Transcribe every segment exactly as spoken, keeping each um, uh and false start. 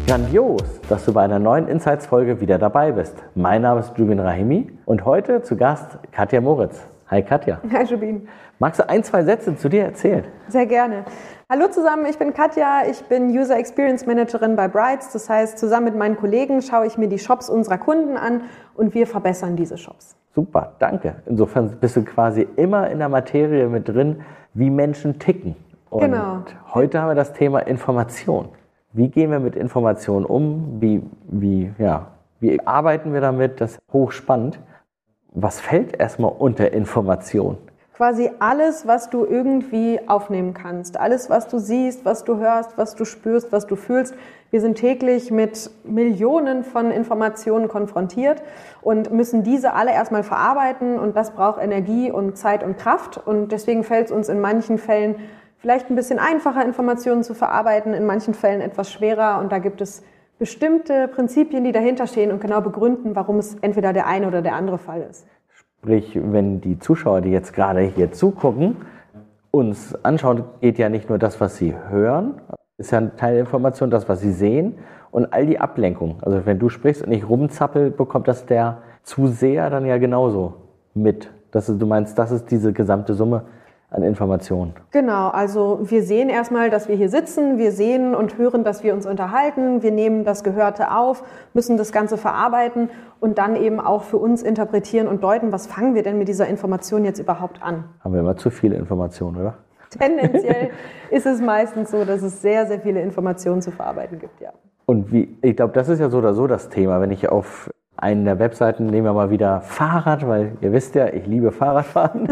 Grandios, dass du bei einer neuen Insights-Folge wieder dabei bist. Mein Name ist Jubin Rahimi und heute zu Gast Katja Moritz. Hi Katja. Hi Jubin. Magst du ein, zwei Sätze zu dir erzählen? Sehr gerne. Hallo zusammen, ich bin Katja, ich bin User Experience Managerin bei Brights. Das heißt, zusammen mit meinen Kollegen schaue ich mir die Shops unserer Kunden an und wir verbessern diese Shops. Super, danke. Insofern bist du quasi immer in der Materie mit drin, wie Menschen ticken. Und genau. Heute haben wir das Thema Information. Wie gehen wir mit Informationen um? Wie, wie, ja, wie arbeiten wir damit? Das ist hochspannend. Was fällt erstmal unter Information? Quasi alles, was du irgendwie aufnehmen kannst. Alles, was du siehst, was du hörst, was du spürst, was du fühlst. Wir sind täglich mit Millionen von Informationen konfrontiert und müssen diese alle erstmal verarbeiten. Und das braucht Energie und Zeit und Kraft. Und deswegen fällt es uns in manchen Fällen vielleicht ein bisschen einfacher, Informationen zu verarbeiten, in manchen Fällen etwas schwerer. Und da gibt es bestimmte Prinzipien, die dahinter stehen und genau begründen, warum es entweder der eine oder der andere Fall ist. Sprich, wenn die Zuschauer, die jetzt gerade hier zugucken, uns anschauen, geht ja nicht nur das, was sie hören, ist ja ein Teil der Information, das, was sie sehen und all die Ablenkung. Also wenn du sprichst und ich rumzappel, bekommt das der Zuseher dann ja genauso mit. Das ist, du meinst, das ist diese gesamte Summe an Informationen. Genau, also wir sehen erstmal, dass wir hier sitzen, wir sehen und hören, dass wir uns unterhalten, wir nehmen das Gehörte auf, müssen das Ganze verarbeiten und dann eben auch für uns interpretieren und deuten, was fangen wir denn mit dieser Information jetzt überhaupt an. Haben wir immer zu viele Informationen, oder? Tendenziell ist es meistens so, dass es sehr, sehr viele Informationen zu verarbeiten gibt, ja. Und wie, ich glaube, das ist ja so oder so das Thema, wenn ich auf einen der Webseiten, nehmen wir mal wieder Fahrrad, weil ihr wisst ja, ich liebe Fahrradfahren,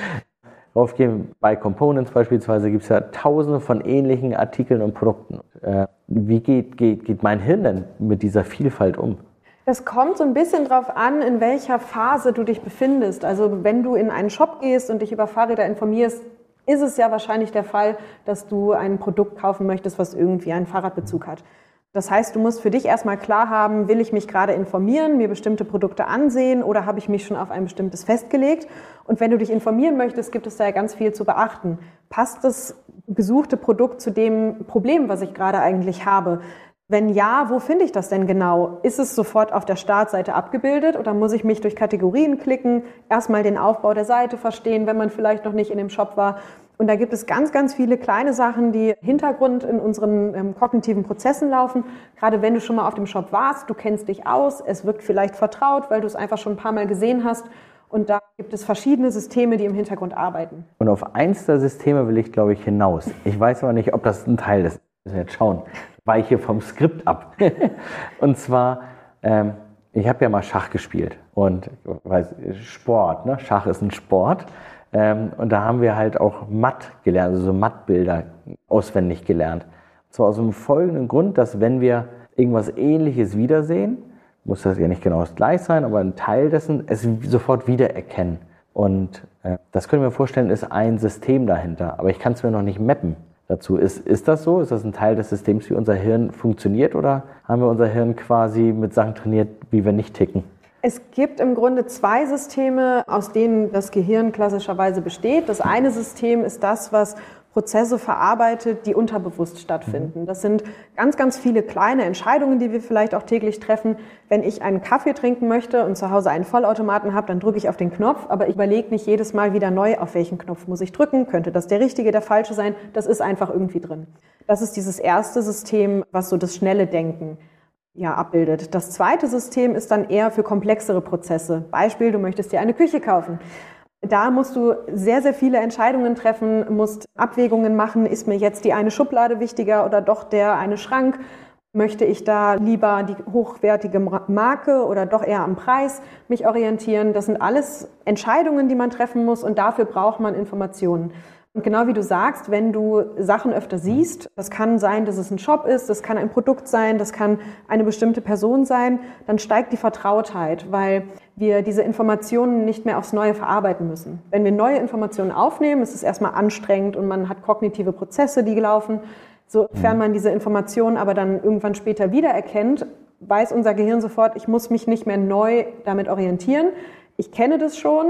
aufgehen. Bei Components beispielsweise gibt es ja tausende von ähnlichen Artikeln und Produkten. Äh, wie geht, geht, geht mein Hirn denn mit dieser Vielfalt um? Das kommt so ein bisschen drauf an, in welcher Phase du dich befindest. Also wenn du in einen Shop gehst und dich über Fahrräder informierst, ist es ja wahrscheinlich der Fall, dass du ein Produkt kaufen möchtest, was irgendwie einen Fahrradbezug hat. Das heißt, du musst für dich erstmal klar haben, will ich mich gerade informieren, mir bestimmte Produkte ansehen oder habe ich mich schon auf ein bestimmtes festgelegt? Und wenn du dich informieren möchtest, gibt es da ja ganz viel zu beachten. Passt das gesuchte Produkt zu dem Problem, was ich gerade eigentlich habe? Wenn ja, wo finde ich das denn genau? Ist es sofort auf der Startseite abgebildet oder muss ich mich durch Kategorien klicken, erstmal den Aufbau der Seite verstehen, wenn man vielleicht noch nicht in dem Shop war? Und da gibt es ganz, ganz viele kleine Sachen, die im Hintergrund in unseren ähm, kognitiven Prozessen laufen. Gerade wenn du schon mal auf dem Shop warst, du kennst dich aus, es wirkt vielleicht vertraut, weil du es einfach schon ein paar Mal gesehen hast. Und da gibt es verschiedene Systeme, die im Hintergrund arbeiten. Und auf eins der Systeme will ich, glaube ich, hinaus. Ich weiß aber nicht, ob das ein Teil ist. Wir müssen jetzt schauen. Weiche vom Skript ab. Und zwar, ähm, ich habe ja mal Schach gespielt. Und ich weiß, Sport, ne? Schach ist ein Sport. Ähm, und da haben wir halt auch Matt gelernt, also so Mattbilder auswendig gelernt. Und zwar aus dem folgenden Grund, dass wenn wir irgendwas Ähnliches wiedersehen, muss das ja nicht genau das gleich sein, aber ein Teil dessen, es sofort wiedererkennen. Und äh, das können wir vorstellen, ist ein System dahinter. Aber ich kann es mir noch nicht mappen dazu. Ist, ist das so? Ist das ein Teil des Systems, wie unser Hirn funktioniert? Oder haben wir unser Hirn quasi mit Sachen trainiert, wie wir nicht ticken? Es gibt im Grunde zwei Systeme, aus denen das Gehirn klassischerweise besteht. Das eine System ist das, was Prozesse verarbeitet, die unterbewusst stattfinden. Das sind ganz, ganz viele kleine Entscheidungen, die wir vielleicht auch täglich treffen. Wenn ich einen Kaffee trinken möchte und zu Hause einen Vollautomaten habe, dann drücke ich auf den Knopf, aber ich überlege nicht jedes Mal wieder neu, auf welchen Knopf muss ich drücken, könnte das der richtige, der falsche sein. Das ist einfach irgendwie drin. Das ist dieses erste System, was so das schnelle Denken ja, abbildet. Das zweite System ist dann eher für komplexere Prozesse. Beispiel, du möchtest dir eine Küche kaufen. Da musst du sehr, sehr viele Entscheidungen treffen, musst Abwägungen machen. Ist mir jetzt die eine Schublade wichtiger oder doch der eine Schrank? Möchte ich da lieber die hochwertige Marke oder doch eher am Preis mich orientieren? Das sind alles Entscheidungen, die man treffen muss und dafür braucht man Informationen. Und genau wie du sagst, wenn du Sachen öfter siehst, das kann sein, dass es ein Shop ist, das kann ein Produkt sein, das kann eine bestimmte Person sein, dann steigt die Vertrautheit, weil wir diese Informationen nicht mehr aufs Neue verarbeiten müssen. Wenn wir neue Informationen aufnehmen, ist es erstmal anstrengend und man hat kognitive Prozesse, die laufen. Sofern man diese Informationen aber dann irgendwann später wiedererkennt, weiß unser Gehirn sofort, ich muss mich nicht mehr neu damit orientieren. Ich kenne das schon.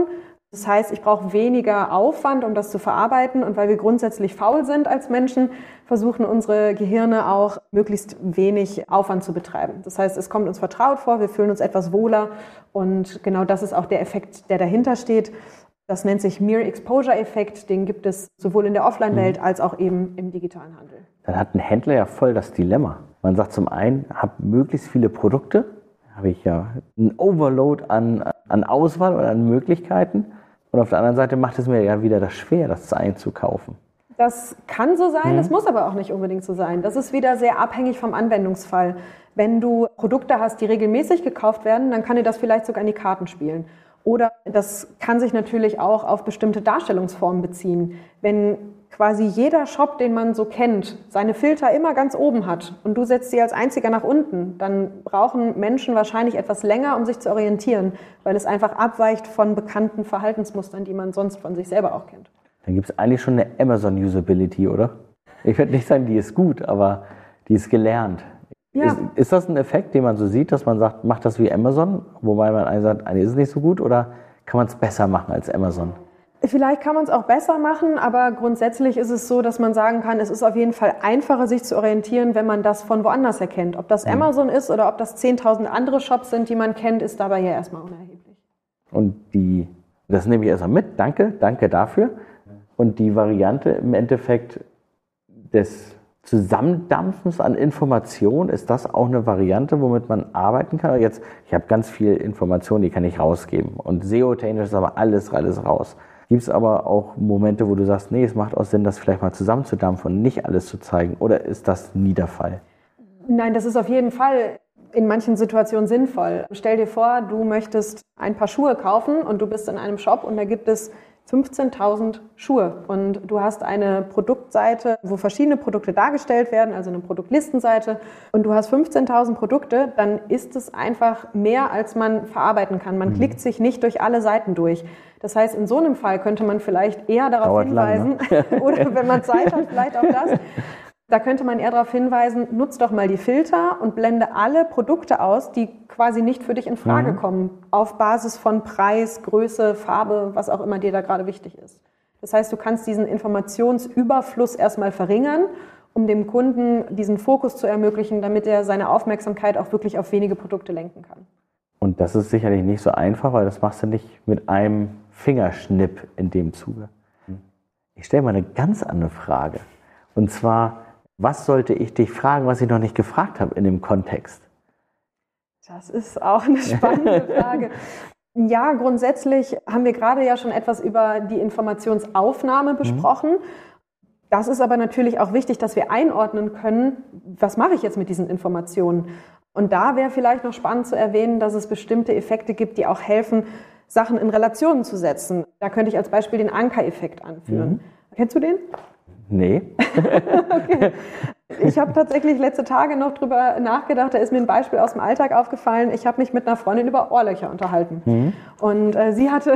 Das heißt, ich brauche weniger Aufwand, um das zu verarbeiten. Und weil wir grundsätzlich faul sind als Menschen, versuchen unsere Gehirne auch möglichst wenig Aufwand zu betreiben. Das heißt, es kommt uns vertraut vor, wir fühlen uns etwas wohler. Und genau das ist auch der Effekt, der dahinter steht. Das nennt sich Mere-Exposure-Effekt. Den gibt es sowohl in der Offline-Welt als auch eben im digitalen Handel. Dann hat ein Händler ja voll das Dilemma. Man sagt zum einen, habe möglichst viele Produkte, habe ich ja einen Overload an, an Auswahl oder an Möglichkeiten. Und auf der anderen Seite macht es mir ja wieder das schwer, das einzukaufen. Das kann so sein, Mhm. das muss aber auch nicht unbedingt so sein. Das ist wieder sehr abhängig vom Anwendungsfall. Wenn du Produkte hast, die regelmäßig gekauft werden, dann kann dir das vielleicht sogar in die Karten spielen. Oder das kann sich natürlich auch auf bestimmte Darstellungsformen beziehen. Wenn quasi jeder Shop, den man so kennt, seine Filter immer ganz oben hat und du setzt sie als einziger nach unten, dann brauchen Menschen wahrscheinlich etwas länger, um sich zu orientieren, weil es einfach abweicht von bekannten Verhaltensmustern, die man sonst von sich selber auch kennt. Dann gibt es eigentlich schon eine Amazon-Usability, oder? Ich würde nicht sagen, die ist gut, aber die ist gelernt. Ja. Ist, ist das ein Effekt, den man so sieht, dass man sagt, macht das wie Amazon, wobei man eigentlich sagt, eigentlich ist es nicht so gut, oder kann man es besser machen als Amazon? Vielleicht kann man es auch besser machen, aber grundsätzlich ist es so, dass man sagen kann, es ist auf jeden Fall einfacher, sich zu orientieren, wenn man das von woanders erkennt. Ob das Amazon ist oder ob das zehntausend andere Shops sind, die man kennt, ist dabei ja erstmal unerheblich. Und die, das nehme ich erstmal mit, danke, danke dafür. Und die Variante im Endeffekt des Zusammendampfens an Informationen, ist das auch eine Variante, womit man arbeiten kann? Jetzt, ich habe ganz viel Informationen, die kann ich rausgeben. Und S E O-technisch ist aber alles, alles raus. Gibt es aber auch Momente, wo du sagst, nee, es macht auch Sinn, das vielleicht mal zusammenzudampfen und nicht alles zu zeigen? Oder ist das nie der Fall? Nein, das ist auf jeden Fall in manchen Situationen sinnvoll. Stell dir vor, du möchtest ein paar Schuhe kaufen und du bist in einem Shop und da gibt es fünfzehntausend Schuhe und du hast eine Produktseite, wo verschiedene Produkte dargestellt werden, also eine Produktlistenseite, und du hast fünfzehntausend Produkte, dann ist es einfach mehr, als man verarbeiten kann. Man mhm. klickt sich nicht durch alle Seiten durch. Das heißt, in so einem Fall könnte man vielleicht eher darauf Dauert hinweisen, lang, ne? Oder wenn man Zeit hat, vielleicht auch das, da könnte man eher darauf hinweisen, nutz doch mal die Filter und blende alle Produkte aus, die quasi nicht für dich in Frage mhm. kommen, auf Basis von Preis, Größe, Farbe, was auch immer dir da gerade wichtig ist. Das heißt, du kannst diesen Informationsüberfluss erstmal verringern, um dem Kunden diesen Fokus zu ermöglichen, damit er seine Aufmerksamkeit auch wirklich auf wenige Produkte lenken kann. Und das ist sicherlich nicht so einfach, weil das machst du nicht mit einem Fingerschnipp in dem Zuge. Ich stelle mal eine ganz andere Frage. Und zwar, was sollte ich dich fragen, was ich noch nicht gefragt habe in dem Kontext? Das ist auch eine spannende Frage. Ja, grundsätzlich haben wir gerade ja schon etwas über die Informationsaufnahme besprochen. Mhm. Das ist aber natürlich auch wichtig, dass wir einordnen können, was mache ich jetzt mit diesen Informationen? Und da wäre vielleicht noch spannend zu erwähnen, dass es bestimmte Effekte gibt, die auch helfen, Sachen in Relationen zu setzen. Da könnte ich als Beispiel den Anker-Effekt anführen. Mhm. Kennst du den? Nee. Okay. Ich habe tatsächlich letzte Tage noch drüber nachgedacht, da ist mir ein Beispiel aus dem Alltag aufgefallen. Ich habe mich mit einer Freundin über Ohrlöcher unterhalten. Mhm. Und äh, sie hatte,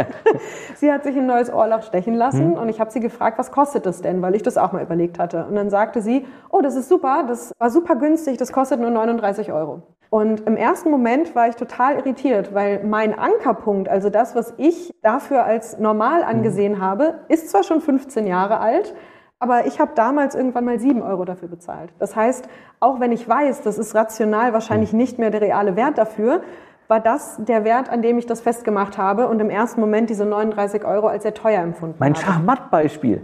sie hat sich ein neues Ohrloch stechen lassen mhm. und ich habe sie gefragt, was kostet das denn, weil ich das auch mal überlegt hatte. Und dann sagte sie, oh, das ist super, das war super günstig, das kostet nur neununddreißig Euro. Und im ersten Moment war ich total irritiert, weil mein Ankerpunkt, also das, was ich dafür als normal angesehen mhm. habe, ist zwar schon fünfzehn Jahre alt, aber ich habe damals irgendwann mal sieben Euro dafür bezahlt. Das heißt, auch wenn ich weiß, das ist rational wahrscheinlich nicht mehr der reale Wert dafür, war das der Wert, an dem ich das festgemacht habe und im ersten Moment diese neununddreißig Euro als sehr teuer empfunden mein habe. Mein Schachmattbeispiel.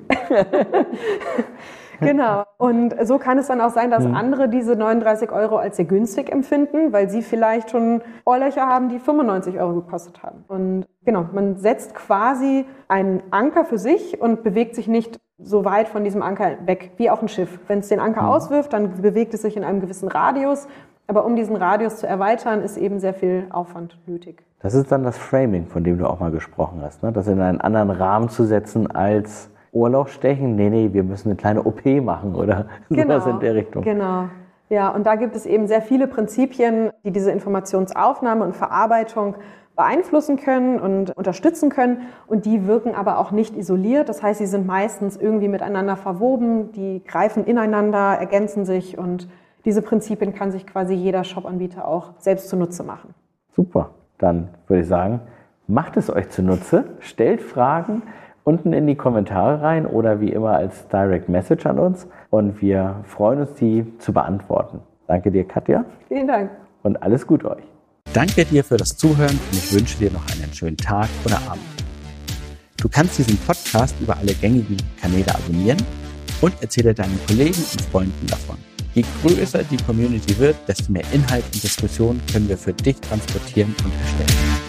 Genau. Und so kann es dann auch sein, dass hm. andere diese neununddreißig Euro als sehr günstig empfinden, weil sie vielleicht schon Ohrlöcher haben, die fünfundneunzig Euro gekostet haben. Und genau, man setzt quasi einen Anker für sich und bewegt sich nicht so weit von diesem Anker weg, wie auch ein Schiff. Wenn es den Anker hm. auswirft, dann bewegt es sich in einem gewissen Radius. Aber um diesen Radius zu erweitern, ist eben sehr viel Aufwand nötig. Das ist dann das Framing, von dem du auch mal gesprochen hast, ne? Das in einen anderen Rahmen zu setzen als Ohrloch stechen. Nee, nee, wir müssen eine kleine O P machen oder genau, sowas in der Richtung. Genau. Ja, und da gibt es eben sehr viele Prinzipien, die diese Informationsaufnahme und Verarbeitung beeinflussen können und unterstützen können. Und die wirken aber auch nicht isoliert. Das heißt, sie sind meistens irgendwie miteinander verwoben, die greifen ineinander, ergänzen sich und diese Prinzipien kann sich quasi jeder Shop-Anbieter auch selbst zunutze machen. Super. Dann würde ich sagen, Macht es euch zunutze, stellt Fragen unten in die Kommentare rein oder wie immer als Direct Message an uns und wir freuen uns, die zu beantworten. Danke dir, Katja. Vielen Dank. Und alles Gute euch. Danke dir für das Zuhören und ich wünsche dir noch einen schönen Tag oder Abend. Du kannst diesen Podcast über alle gängigen Kanäle abonnieren und erzähle deinen Kollegen und Freunden davon. Je größer die Community wird, desto mehr Inhalt und Diskussion können wir für dich transportieren und erstellen.